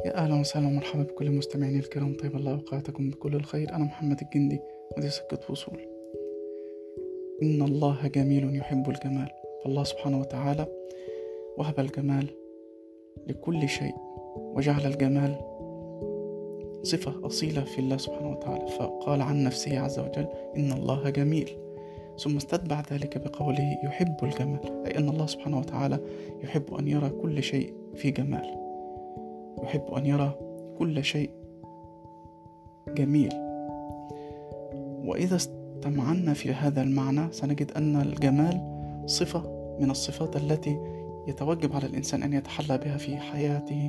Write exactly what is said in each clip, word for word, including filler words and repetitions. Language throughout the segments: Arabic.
يا أهلا وسهلا ومرحبا بكل مستمعيني الكرام. طيب الله أوقاتكم بكل الخير. أنا محمد الجندي، مدير سكة وصول. إن الله جميل يحب الجمال، فالله سبحانه وتعالى وهب الجمال لكل شيء، وجعل الجمال صفة أصيلة في الله سبحانه وتعالى، فقال عن نفسه عز وجل إن الله جميل، ثم استتبع ذلك بقوله يحب الجمال، أي أن الله سبحانه وتعالى يحب أن يرى كل شيء في جمال، يحب أن يرى كل شيء جميل. وإذا استمعنا في هذا المعنى سنجد أن الجمال صفة من الصفات التي يتوجب على الإنسان أن يتحلى بها في حياته.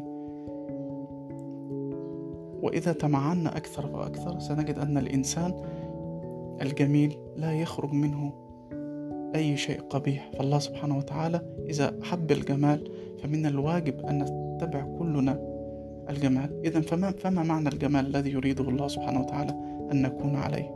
وإذا تمعنا أكثر وأكثر سنجد أن الإنسان الجميل لا يخرج منه أي شيء قبيح، فالله سبحانه وتعالى إذا حب الجمال فمن الواجب أن نتبع كلنا الجمال. إذن فما, فما معنى الجمال الذي يريده الله سبحانه وتعالى أن نكون عليه؟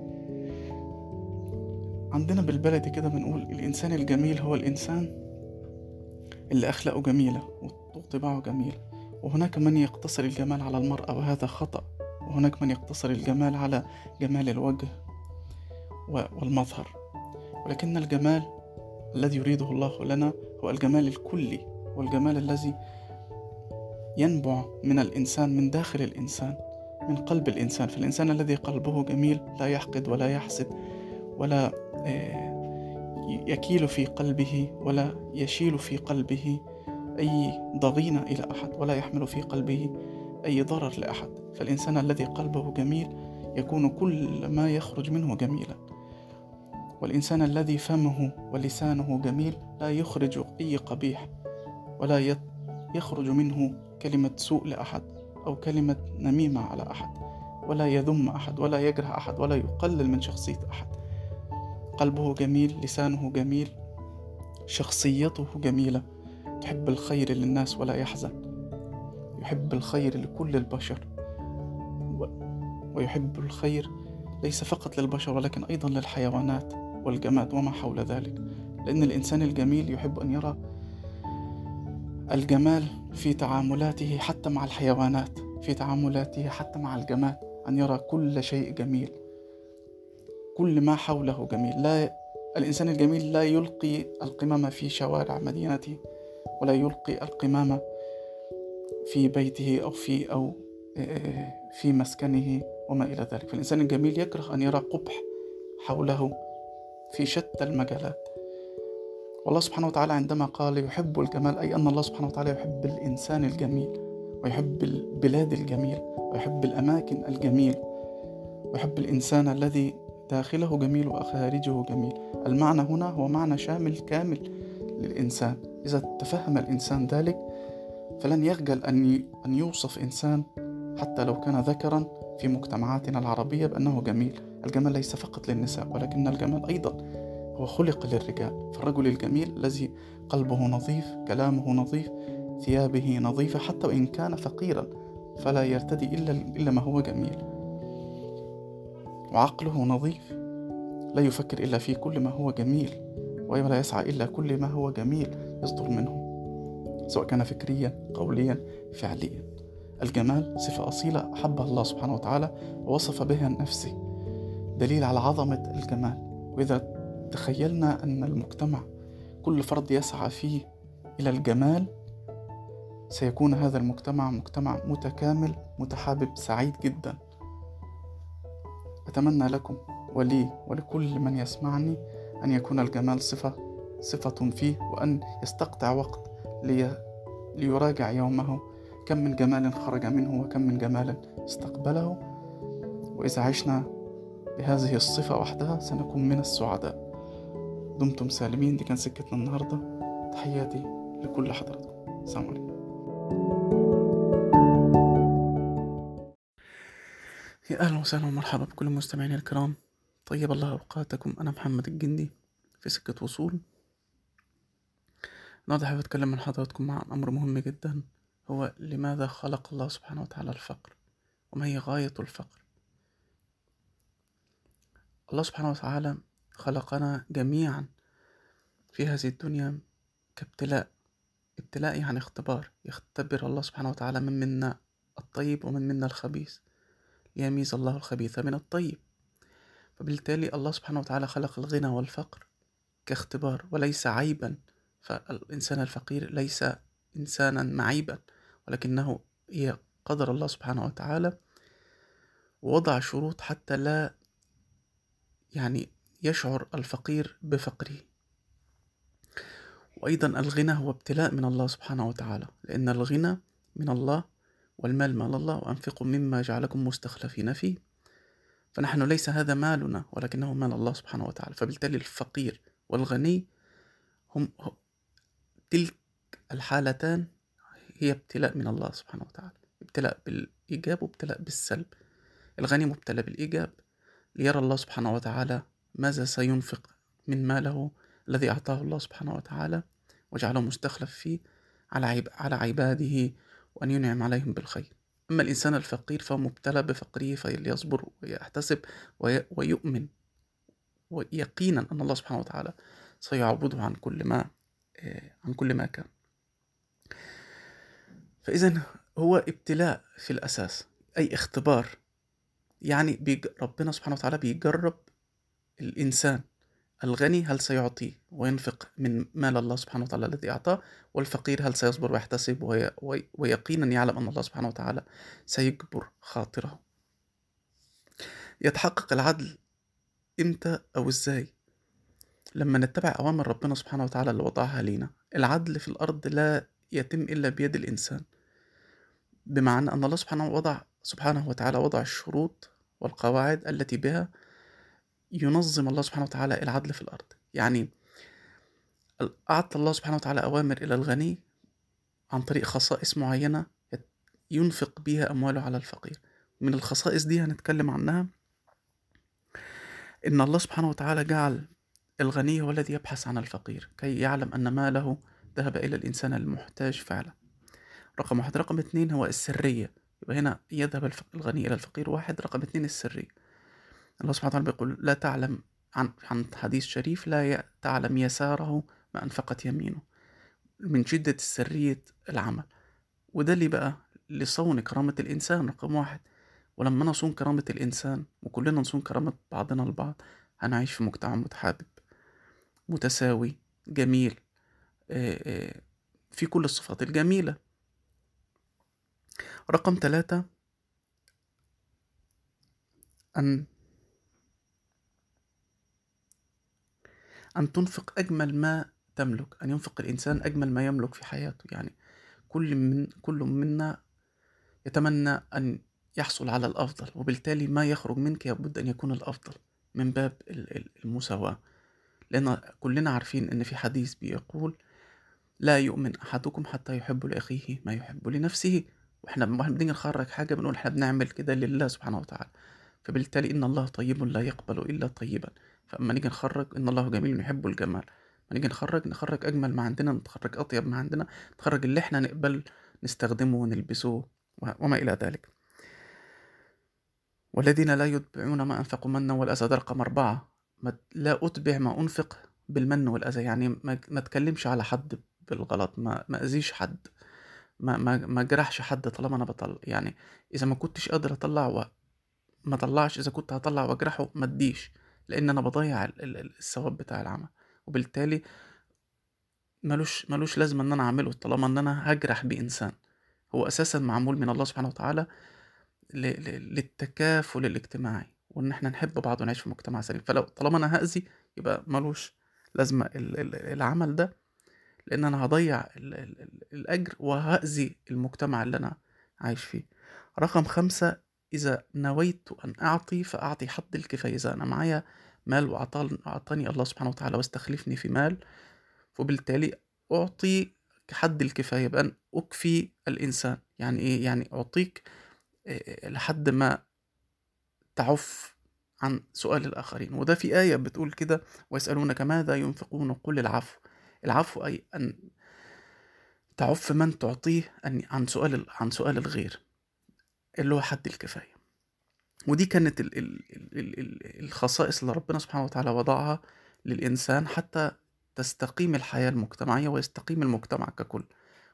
عندنا بالبلد كده بنقول الإنسان الجميل هو الإنسان اللي أخلاقه جميلة وطباعه جميل. وهناك من يقتصر الجمال على المرأة وهذا خطأ، وهناك من يقتصر الجمال على جمال الوجه والمظهر، ولكن الجمال الذي يريده الله لنا هو الجمال الكلي، والجمال الذي ينبع من الإنسان، من داخل الإنسان، من قلب الإنسان. فالإنسان الذي قلبه جميل لا يحقد ولا يحسد ولا يكيل في قلبه ولا يشيل في قلبه أي ضغينة إلى أحد، ولا يحمل في قلبه أي ضرر لأحد. فالإنسان الذي قلبه جميل يكون كل ما يخرج منه جميلا. والإنسان الذي فمه ولسانه جميل لا يخرج أي قبيح، ولا يخرج منه كلمة سوء لأحد أو كلمة نميمة على أحد، ولا يذم أحد ولا يجرح أحد ولا يقلل من شخصية أحد. قلبه جميل، لسانه جميل، شخصيته جميلة، يحب الخير للناس ولا يحزن، يحب الخير لكل البشر، ويحب الخير ليس فقط للبشر ولكن أيضا للحيوانات والجماد وما حول ذلك. لأن الإنسان الجميل يحب أن يرى الجمال في تعاملاته حتى مع الحيوانات، في تعاملاته حتى مع الجماد، أن يرى كل شيء جميل، كل ما حوله جميل. لا الإنسان الجميل لا يلقي القمامة في شوارع مدينته، ولا يلقي القمامة في بيته أو في أو في مسكنه وما إلى ذلك. فالإنسان الجميل يكره أن يرى قبح حوله في شتى المجالات. والله سبحانه وتعالى عندما قال يحب الجمال، أي أن الله سبحانه وتعالى يحب الإنسان الجميل، ويحب البلاد الجميل، ويحب الأماكن الجميل، ويحب الإنسان الذي داخله جميل وخارجه جميل. المعنى هنا هو معنى شامل كامل للإنسان. إذا تفهم الإنسان ذلك فلن يخجل أن يوصف إنسان حتى لو كان ذكرا في مجتمعاتنا العربية بأنه جميل. الجمال ليس فقط للنساء، ولكن الجمال أيضا هو خلق للرجال. فالرجل الجميل الذي قلبه نظيف، كلامه نظيف، ثيابه نظيفة، حتى وإن كان فقيرا فلا يرتدي إلا, إلا ما هو جميل، وعقله نظيف، لا يفكر إلا في كل ما هو جميل، ولا يسعى إلا كل ما هو جميل يصدر منه، سواء كان فكريا، قوليا، فعليا. الجمال صفة أصيلة أحبها الله سبحانه وتعالى ووصف بها نفسه، دليل على عظمة الجمال. وإذا تخيلنا أن المجتمع كل فرد يسعى فيه إلى الجمال سيكون هذا المجتمع مجتمع متكامل، متحابب، سعيد جدا. أتمنى لكم ولي ولكل من يسمعني أن يكون الجمال صفة صفة فيه، وأن يستقطع وقت لي ليراجع يومه كم من جمال خرج منه وكم من جمال استقبله. وإذا عشنا بهذه الصفة وحدها سنكون من السعداء. دمتم سالمين. دي كان سكتنا النهاردة. تحياتي لكل حضراتكم. السلام عليكم. يا أهلا وسهلا ومرحبا بكل مستمعين الكرام. طيب الله أوقاتكم. أنا محمد الجندي في سكة وصول. النهارده حابب أتكلم من حضراتكم عن أمر مهم جدا، هو لماذا خلق الله سبحانه وتعالى الفقر، وما هي غاية الفقر. الله سبحانه وتعالى خلقنا جميعا في هذه الدنيا كابتلاء. ابتلاء يعني اختبار، يختبر الله سبحانه وتعالى من منا الطيب ومن منا الخبيث ليميز الله الخبيث من الطيب. فبالتالي الله سبحانه وتعالى خلق الغنى والفقر كاختبار وليس عيبا، فالإنسان الفقير ليس إنسانا معيبا، ولكنه هي قدر الله سبحانه وتعالى، ووضع شروط حتى لا يعني يشعر الفقير بفقره. وأيضا الغنى هو ابتلاء من الله سبحانه وتعالى، لأن الغنى من الله والمال مال الله، وأنفقوا مما جعلكم مستخلفين فيه. فنحن ليس هذا مالنا ولكنه مال الله سبحانه وتعالى. فبالتالي الفقير والغني هم تلك الحالتان هي ابتلاء من الله سبحانه وتعالى، ابتلاء بالإيجاب وابتلاء بالسلب. الغني مبتلى بالإيجاب ليرى الله سبحانه وتعالى ماذا سينفق من ماله الذي أعطاه الله سبحانه وتعالى وجعله مستخلف فيه على عب... على عباده، وأن ينعم عليهم بالخير. أما الإنسان الفقير فهو مبتلى بفقره فليصبر ويحتسب وي... ويؤمن ويقينا أن الله سبحانه وتعالى سيعوضه عن كل ما عن كل ما كان. فإذا هو ابتلاء في الأساس، أي اختبار. يعني بيج... ربنا سبحانه وتعالى بيجرب الإنسان الغني هل سيعطي وينفق من مال الله سبحانه وتعالى الذي أعطاه، والفقير هل سيصبر ويحتسب وي... وي... ويقينا يعلم أن الله سبحانه وتعالى سيجبر خاطره. يتحقق العدل إمتى أو إزاي؟ لما نتبع أوامر ربنا سبحانه وتعالى اللي وضعها لينا. العدل في الأرض لا يتم إلا بيد الإنسان، بمعنى أن الله سبحانه وضع سبحانه وتعالى وضع الشروط والقواعد التي بها ينظم الله سبحانه وتعالى العدل في الأرض. يعني أعطى الله سبحانه وتعالى أوامر إلى الغني عن طريق خصائص معينة ينفق بها أمواله على الفقير. من الخصائص دي هنتكلم عنها إن الله سبحانه وتعالى جعل الغني هو الذي يبحث عن الفقير كي يعلم أن ماله ذهب إلى الإنسان المحتاج فعلا. رقم واحد. رقم اتنين هو السرية، يبقى هنا يذهب الغني إلى الفقير واحد. رقم اتنين السرية. الله سبحانه وتعالى بيقول لا تعلم عن عن حديث شريف لا تعلم يساره ما أنفقت يمينه، من شدة سرية العمل. وده اللي بقى لصون كرامة الإنسان رقم واحد. ولما نصون كرامة الإنسان وكلنا نصون كرامة بعضنا البعض هنعيش في مجتمع متحابب متساوي جميل في كل الصفات الجميلة. رقم ثلاثة أن أن تنفق أجمل ما تملك، أن ينفق الإنسان أجمل ما يملك في حياته. يعني كل من كل منا يتمنى أن يحصل على الأفضل، وبالتالي ما يخرج منك يبد أن يكون الأفضل من باب المساواة. لأن كلنا عارفين أن في حديث بيقول لا يؤمن أحدكم حتى يحب لأخيه ما يحب لنفسه. وإحنا بنيجي نخرج حاجة بنقول إحنا بنعمل كده لله سبحانه وتعالى. فبالتالي إن الله طيب لا يقبل إلا طيبا. فأما نيجي نخرج إن الله جميل يحب الجمال، ما نيجي نخرج نخرج أجمل ما عندنا، نخرج أطيب ما عندنا، نخرج اللي إحنا نقبل نستخدمه ونلبسه وما إلى ذلك. والذين لا يتبعون ما أنفقوا منا والأذى. ده رقم أربعة. لا أتبع ما أنفق بالمن والأذى، يعني ما, ما تكلمش على حد بالغلط، ما ما أذيش حد، ما ما ما جرحش حد طالما أنا بطلع. يعني إذا ما كنتش قادر أطلع و... ما طلعش، إذا كنت هطلع وأجرحه ما اديش، لأن أنا بضيع الثواب بتاع العمل. وبالتالي ملوش ملوش لازمة إن أنا أعمله طالما إن أنا هجرح بإنسان. هو أساسا معمول من الله سبحانه وتعالى للتكافل الاجتماعي، وان احنا نحب بعض ونعيش في مجتمع سليم. فلو طالما انا هأذي يبقى ملوش لازمة العمل ده، لان انا هضيع الاجر وهأذي المجتمع اللي انا عايش فيه. رقم خمسة. اذا نويت ان اعطي فاعطي حد الكفاية. اذا انا معايا مال واعطاني الله سبحانه وتعالى واستخلفني في مال، وبالتالي اعطي حد الكفاية بأن اكفي الانسان. يعني ايه؟ يعني اعطيك لحد ما تعف عن سؤال الآخرين. وده في آية بتقول كده ويسألونك ماذا ينفقون قل العفو. العفو أي أن تعف من تعطيه عن سؤال عن سؤال الغير، اللي هو حد الكفاية. ودي كانت ال ال ال ال الخصائص اللي ربنا سبحانه وتعالى وضعها للإنسان حتى تستقيم الحياة المجتمعية ويستقيم المجتمع ككل.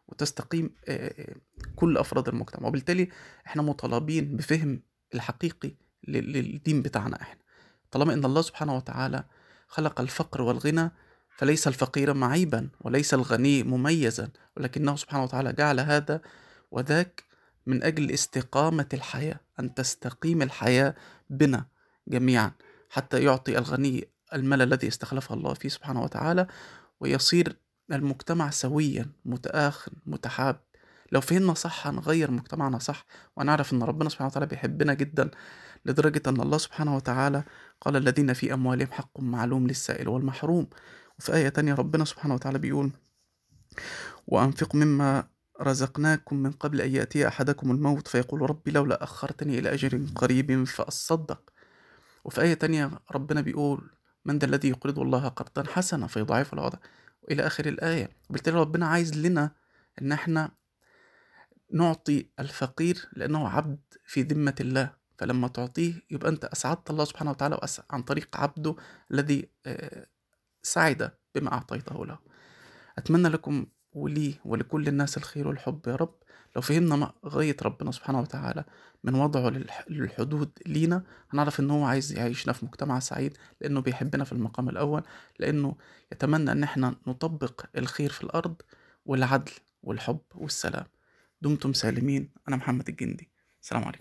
وتستقيم كل أفراد المجتمع. وبالتالي احنا مطالبين بفهم الحقيقي للدين بتاعنا. احنا طالما ان الله سبحانه وتعالى خلق الفقر والغنى، فليس الفقير معيبا وليس الغني مميزا، ولكنه سبحانه وتعالى جعل هذا وذاك من أجل استقامة الحياة، أن تستقيم الحياة بنا جميعا، حتى يعطي الغني المال الذي استخلفه الله فيه سبحانه وتعالى، ويصير المجتمع سويا متآخٍ متحاب. لو فهمنا صح هنغير مجتمعنا صح، ونعرف ان ربنا سبحانه وتعالى بيحبنا جدا، لدرجة ان الله سبحانه وتعالى قال الذين في اموالهم حق معلوم للسائل والمحروم. وفي آية تانية ربنا سبحانه وتعالى بيقول وأنفقوا مما رزقناكم من قبل أن يأتي أحدكم الموت فيقول ربي لولا أخرتني إلى أجل قريب فأصدق. وفي آية تانية ربنا بيقول من ذا الذي يقرض الله قرضا حسنا فيضاعفه له أضعافا، إلى آخر الآية. وبالتالي ربنا عايز لنا إن احنا نعطي الفقير لأنه عبد في ذمة الله، فلما تعطيه يبقى أنت أسعدت الله سبحانه وتعالى عن طريق عبده الذي سعد بما أعطيته له. أتمنى لكم ولي ولكل الناس الخير والحب يا رب. لو فهمنا غاية ربنا سبحانه وتعالى من وضعه للحدود لينا، هنعرف إنه هو عايز يعيشنا في مجتمع سعيد، لأنه بيحبنا في المقام الأول، لأنه يتمنى أن احنا نطبق الخير في الأرض والعدل والحب والسلام. دمتم سالمين. أنا محمد الجندي، السلام عليكم.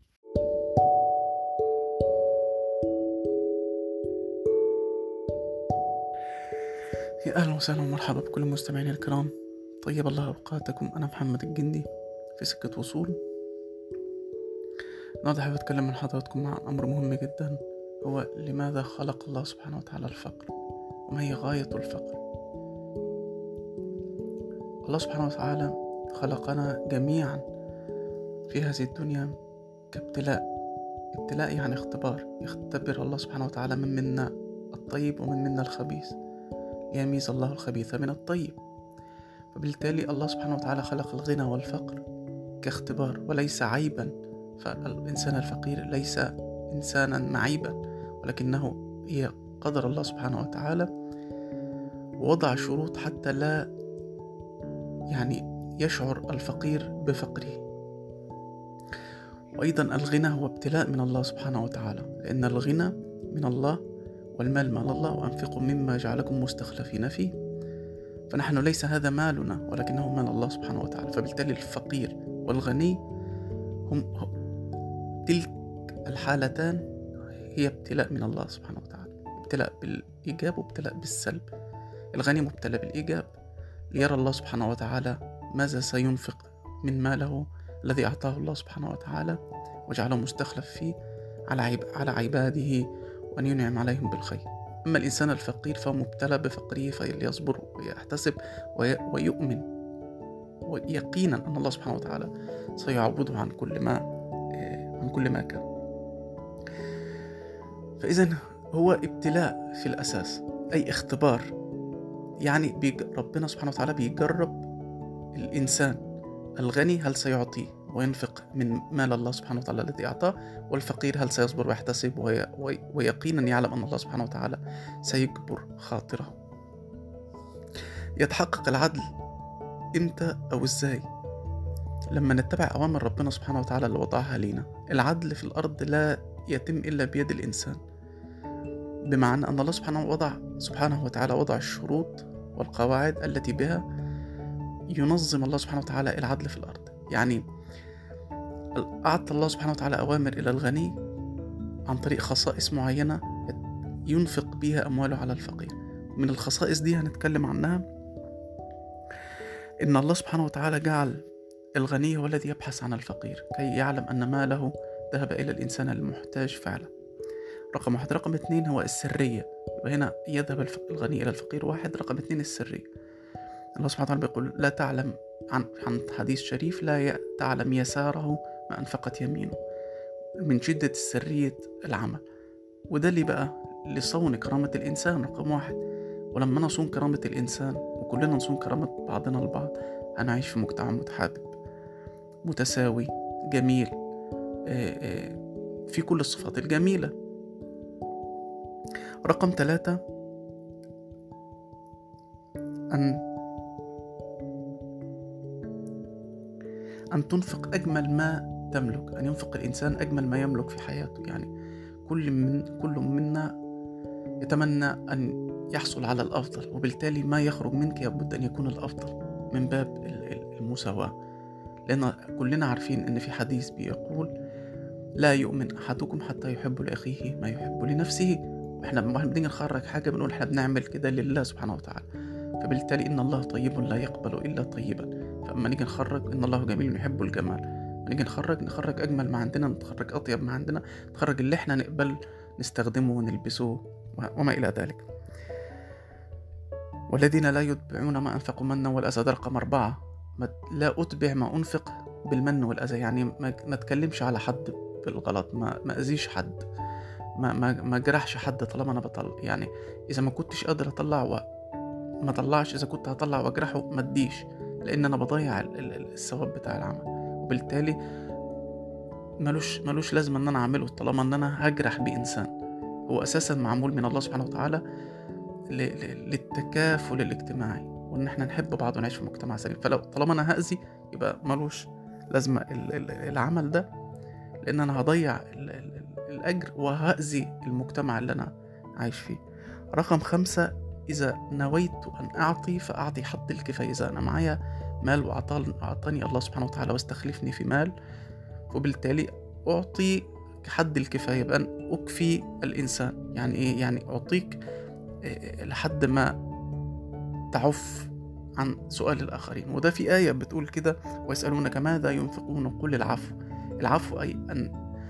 يا أهلا وسهلا ومرحبا بكل المستمعين الكرام، طيب الله أوقاتكم. أنا محمد الجندي في سكة وصول. النهارده حابب أتكلم من حضراتكم عن أمر مهم جدا، هو لماذا خلق الله سبحانه وتعالى الفقر، وما هي غاية الفقر. الله سبحانه وتعالى خلقنا جميعا في هذه الدنيا كابتلاء. ابتلاء يعني اختبار، يختبر الله سبحانه وتعالى من منا الطيب ومن منا الخبيث، ليميز الله الخبيث من الطيب. فبالتالي الله سبحانه وتعالى خلق الغنى والفقر كاختبار وليس عيبا. فالإنسان الفقير ليس إنسانا معيبا، ولكنه هي قدر الله سبحانه وتعالى، ووضع شروط حتى لا يعني يشعر الفقير بفقره. وأيضا الغنى هو ابتلاء من الله سبحانه وتعالى، لأن الغنى من الله والمال مال الله، وأنفقوا مما جعلكم مستخلفين فيه. فنحن ليس هذا مالنا ولكنه مال الله سبحانه وتعالى. فبالتالي الفقير والغني هم تلك الحالتان هي ابتلاء من الله سبحانه وتعالى، ابتلاء بالإيجاب وابتلاء بالسلب. الغني مبتلى بالإيجاب ليرى الله سبحانه وتعالى ماذا سينفق من ماله الذي أعطاه الله سبحانه وتعالى وجعله مستخلف فيه على عباده، وأن ينعم عليهم بالخير. أما الإنسان الفقير فهو مبتلى بفقره، فليصبر ويحتسب ويؤمن ويقينا أن الله سبحانه وتعالى سيعوضه عن كل ما عن كل ما كان. فإذا هو ابتلاء في الأساس، أي اختبار. يعني بيج... ربنا سبحانه وتعالى بيجرب الإنسان الغني هل سيعطيه وينفق من مال الله سبحانه وتعالى الذي أعطاه، والفقير هل سيصبر ويحتسب وي... وي... ويقينا يعلم أن الله سبحانه وتعالى سيجبر خاطره. يتحقق العدل إمتى أو إزاي؟ لما نتبع أوامر ربنا سبحانه وتعالى اللي وضعها لينا. العدل في الأرض لا يتم إلا بيد الإنسان، بمعنى أن الله سبحانه وضع سبحانه وتعالى وضع الشروط والقواعد التي بها ينظم الله سبحانه وتعالى العدل في الأرض. يعني أعطى الله سبحانه وتعالى أوامر إلى الغني عن طريق خصائص معينة ينفق بها أمواله على الفقير. من الخصائص دي هنتكلم عنها إن الله سبحانه وتعالى جعل الغني هو الذي يبحث عن الفقير كي يعلم أن ماله ذهب إلى الإنسان المحتاج فعلا. رقم واحد. رقم اثنين هو السرية، وهنا يذهب الغني إلى الفقير واحد. رقم اثنين السرية. الله سبحانه وتعالى بيقول لا تعلم عن عن حديث شريف لا تعلم يساره ما أنفقت يمينه، من شدة سرية العمل. وده اللي بقى لصون كرامة الإنسان رقم واحد. ولما نصون كرامة الإنسان وكلنا نصون كرامة بعضنا البعض، هنعيش في مجتمع متحابب متساوي جميل في كل الصفات الجميلة. رقم ثلاثة أن أن تنفق أجمل ما تملك، أن ينفق الإنسان أجمل ما يملك في حياته. يعني كل من كل منا يتمنى أن يحصل على الأفضل، وبالتالي ما يخرج منك يبد أن يكون الأفضل من باب المساواة. لأن كلنا عارفين أن في حديث بيقول لا يؤمن أحدكم حتى يحب لأخيه ما يحب لنفسه. وإحنا لما بنيجي نخرج حاجة بنقول إحنا بنعمل كده لله سبحانه وتعالى، فبالتالي إن الله طيب لا يقبل إلا طيبا. فأما نيجي نخرج إن الله جميل يحب الجمال، لما نيجي نخرج نخرج أجمل ما عندنا، نخرج أطيب ما عندنا، نخرج اللي إحنا نقبل نستخدمه ونلبسه وما إلى ذلك. والذين لا يتبعون ما أنفقوا منا والأذى، ده رقم أربعة. لا أتبع ما أنفق بالمن والأذى، يعني ما تكلمش على حد بالغلط، ما ما أذيش حد، ما ما ما جرحش حد طالما أنا بطلع. يعني إذا ما كنتش قادر أطلع وما طلعش، إذا كنت هطلع وأجرحه ما اديش، لأن أنا بضيع الثواب بتاع العمل، وبالتالي ملوش ملوش لازمة إن أنا أعمله طالما إن أنا هجرح بإنسان هو أساسا معمول من الله سبحانه وتعالى للتكافل الاجتماعي، وإن إحنا نحب بعض ونعيش في مجتمع سليم. فلو طالما أنا هأذي يبقى ملوش لازمة العمل ده، لأن أنا هضيع الأجر وهأذي المجتمع اللي أنا عايش فيه. رقم خمسة، إذا نويت أن أعطي فأعطي حد الكفاية. إذا أنا معايا مال وأعطاني الله سبحانه وتعالى واستخلفني في مال، وبالتالي أعطي حد الكفاية، بأن أكفي الإنسان. يعني إيه؟ يعني أعطيك لحد ما تعف عن سؤال الآخرين. وده في آية بتقول كده ويسألونك ماذا ينفقون قل العفو. العفو أي أن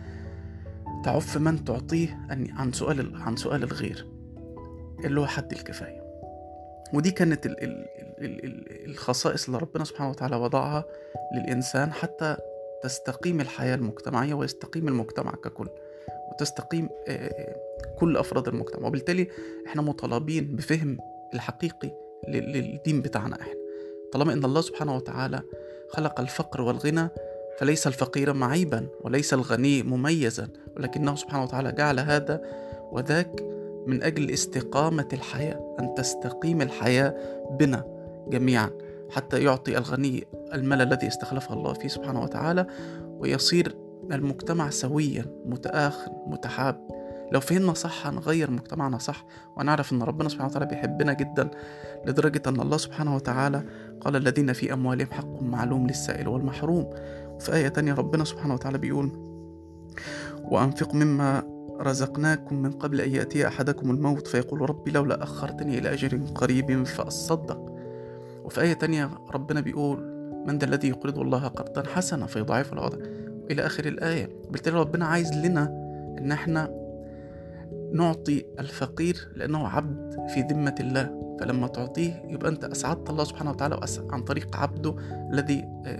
تعف من تعطيه عن سؤال عن سؤال الغير، اللي هو حد الكفاية. ودي كانت ال ال ال الخصائص اللي ربنا سبحانه وتعالى وضعها للإنسان حتى تستقيم الحياة المجتمعية ويستقيم المجتمع ككل، وتستقيم كل أفراد المجتمع. وبالتالي إحنا مطالبين بفهم الحقيقي للدين بتاعنا. إحنا طالما إن الله سبحانه وتعالى خلق الفقر والغنى، فليس الفقير معيبا وليس الغني مميزا، ولكنه سبحانه وتعالى جعل هذا وذاك من أجل استقامة الحياة، أن تستقيم الحياة بنا جميعا، حتى يعطي الغني المال الذي استخلفه الله فيه سبحانه وتعالى، ويصير المجتمع سويا متآخٍ متحاب. لو فهمنا صح هنغير مجتمعنا صح، ونعرف أن ربنا سبحانه وتعالى بيحبنا جدا، لدرجة أن الله سبحانه وتعالى قال الذين في أموالهم حق معلوم للسائل والمحروم. وفي آية تانية ربنا سبحانه وتعالى بيقول وأنفقوا مما رزقناكم من قبل أن يأتي أحدكم الموت فيقول ربي لولا أخرتني إلى أجل قريب فأصدق. وفي آية تانية ربنا بيقول من ذا الذي يقرض الله قرضا حسنا فيضاعفه له إلى آخر الآية. بالتالي ربنا عايز لنا إن احنا نعطي الفقير لأنه عبد في ذمة الله، فلما تعطيه يبقى أنت أسعدت الله سبحانه وتعالى عن طريق عبده الذي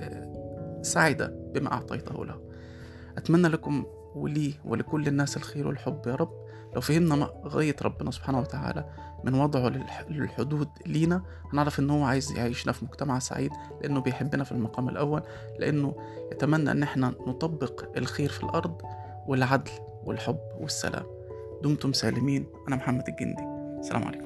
سعد بما أعطيته له. أتمنى لكم ولي ولكل الناس الخير والحب يا رب. لو فهمنا غاية ربنا سبحانه وتعالى من وضعه للحدود لينا، هنعرف أنه عايز يعيشنا في مجتمع سعيد، لأنه بيحبنا في المقام الأول، لأنه يتمنى أن احنا نطبق الخير في الأرض والعدل والحب والسلام. دمتم سالمين. أنا محمد الجندي، السلام عليكم.